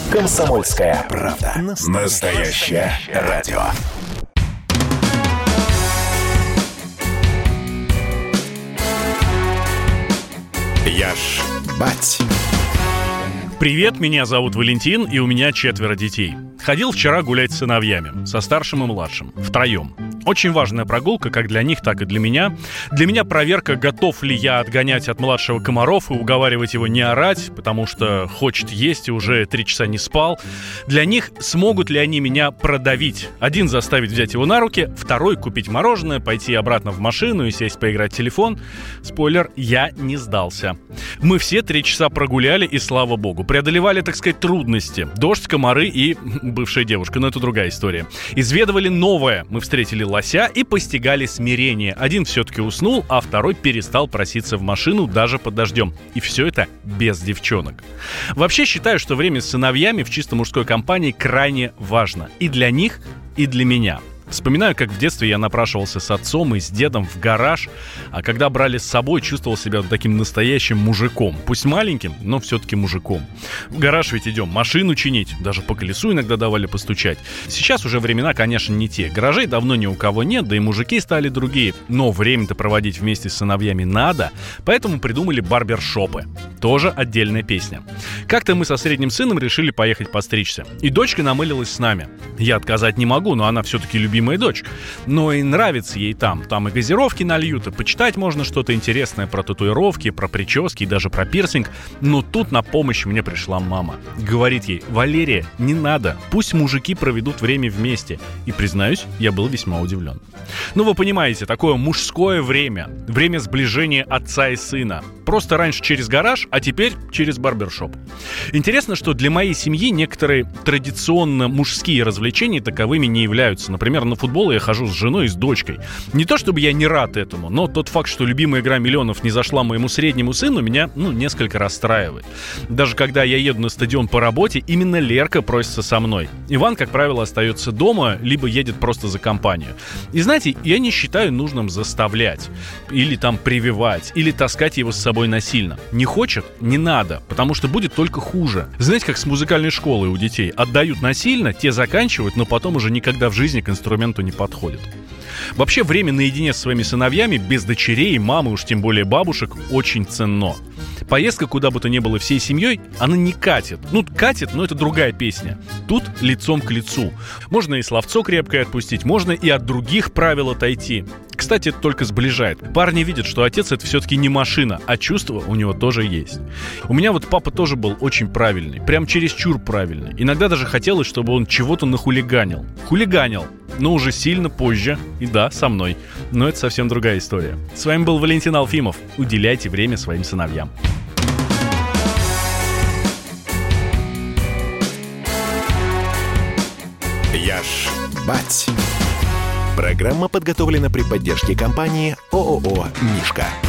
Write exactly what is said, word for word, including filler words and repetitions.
«Комсомольская правда». Настоящее радио. Я ж бать. Привет, меня зовут Валентин, и у меня четверо детей. Ходил вчера гулять с сыновьями, со старшим и младшим, втроем. Очень важная прогулка как для них, так и для меня. Для меня проверка, готов ли я отгонять от младшего комаров и уговаривать его не орать, потому что хочет есть и уже три часа не спал. Для них, смогут ли они меня продавить. Один заставить взять его на руки, второй купить мороженое, пойти обратно в машину и сесть поиграть в телефон. Спойлер, я не сдался. Мы все три часа прогуляли, и слава богу. Преодолевали, так сказать, трудности. Дождь, комары и бывшая девушка, но это другая история. Изведывали новое. Мы встретили лося и постигали смирение. Один все-таки уснул, а второй перестал проситься в машину даже под дождем. И все это без девчонок. Вообще считаю, что время с сыновьями в чисто мужской компании крайне важно. И для них, и для меня. Вспоминаю, как в детстве я напрашивался с отцом и с дедом в гараж, а когда брали с собой, чувствовал себя таким настоящим мужиком. Пусть маленьким, но все-таки мужиком. В гараж ведь идем машину чинить, даже по колесу иногда давали постучать. Сейчас уже времена, конечно, не те. Гаражей давно ни у кого нет, да и мужики стали другие. Но время-то проводить вместе с сыновьями надо, поэтому придумали барбершопы. Тоже отдельная песня. Как-то мы со средним сыном решили поехать постричься. И дочка намылилась с нами. Я отказать не могу, но она все-таки любит моя дочь, но и нравится ей там. Там и газировки нальют, и почитать можно что-то интересное про татуировки, про прически и даже про пирсинг. Но тут на помощь мне пришла мама. Говорит ей: Валерия, не надо, пусть мужики проведут время вместе. И, признаюсь, я был весьма удивлен. Ну, вы понимаете, такое мужское время. Время сближения отца и сына. Просто раньше через гараж, а теперь через барбершоп. Интересно, что для моей семьи некоторые традиционно мужские развлечения таковыми не являются. Например, на футбол я хожу с женой и с дочкой. Не то чтобы я не рад этому, но тот факт, что любимая игра миллионов не зашла моему среднему сыну, меня, ну, несколько расстраивает. Даже когда я еду на стадион по работе, именно Лерка просится со мной. Иван, как правило, остается дома, либо едет просто за компанию. И знаете, я не считаю нужным заставлять, или там прививать, или таскать его с собой насильно. Не хочет — не надо, потому что будет только хуже. Знаете, как с музыкальной школой у детей. Отдают насильно, те заканчивают, но потом уже никогда в жизни к инструменту не подходит. Вообще, время наедине с своими сыновьями, без дочерей, мамы, уж тем более бабушек, очень ценно. Поездка куда бы то ни было всей семьей, она не катит. Ну, катит, но это другая песня. Тут лицом к лицу. Можно и словцо крепкое отпустить, можно и от других правил отойти. Кстати, это только сближает. Парни видят, что отец — это все-таки не машина, а чувства у него тоже есть. У меня вот папа тоже был очень правильный, прям чересчур правильный. Иногда даже хотелось, чтобы он чего-то нахулиганил. Хулиганил, но уже сильно позже. И да, со мной. Но это совсем другая история. С вами был Валентин Алфимов. Уделяйте время своим сыновьям. Я ж бать. Программа подготовлена при поддержке компании ООО «Мишка».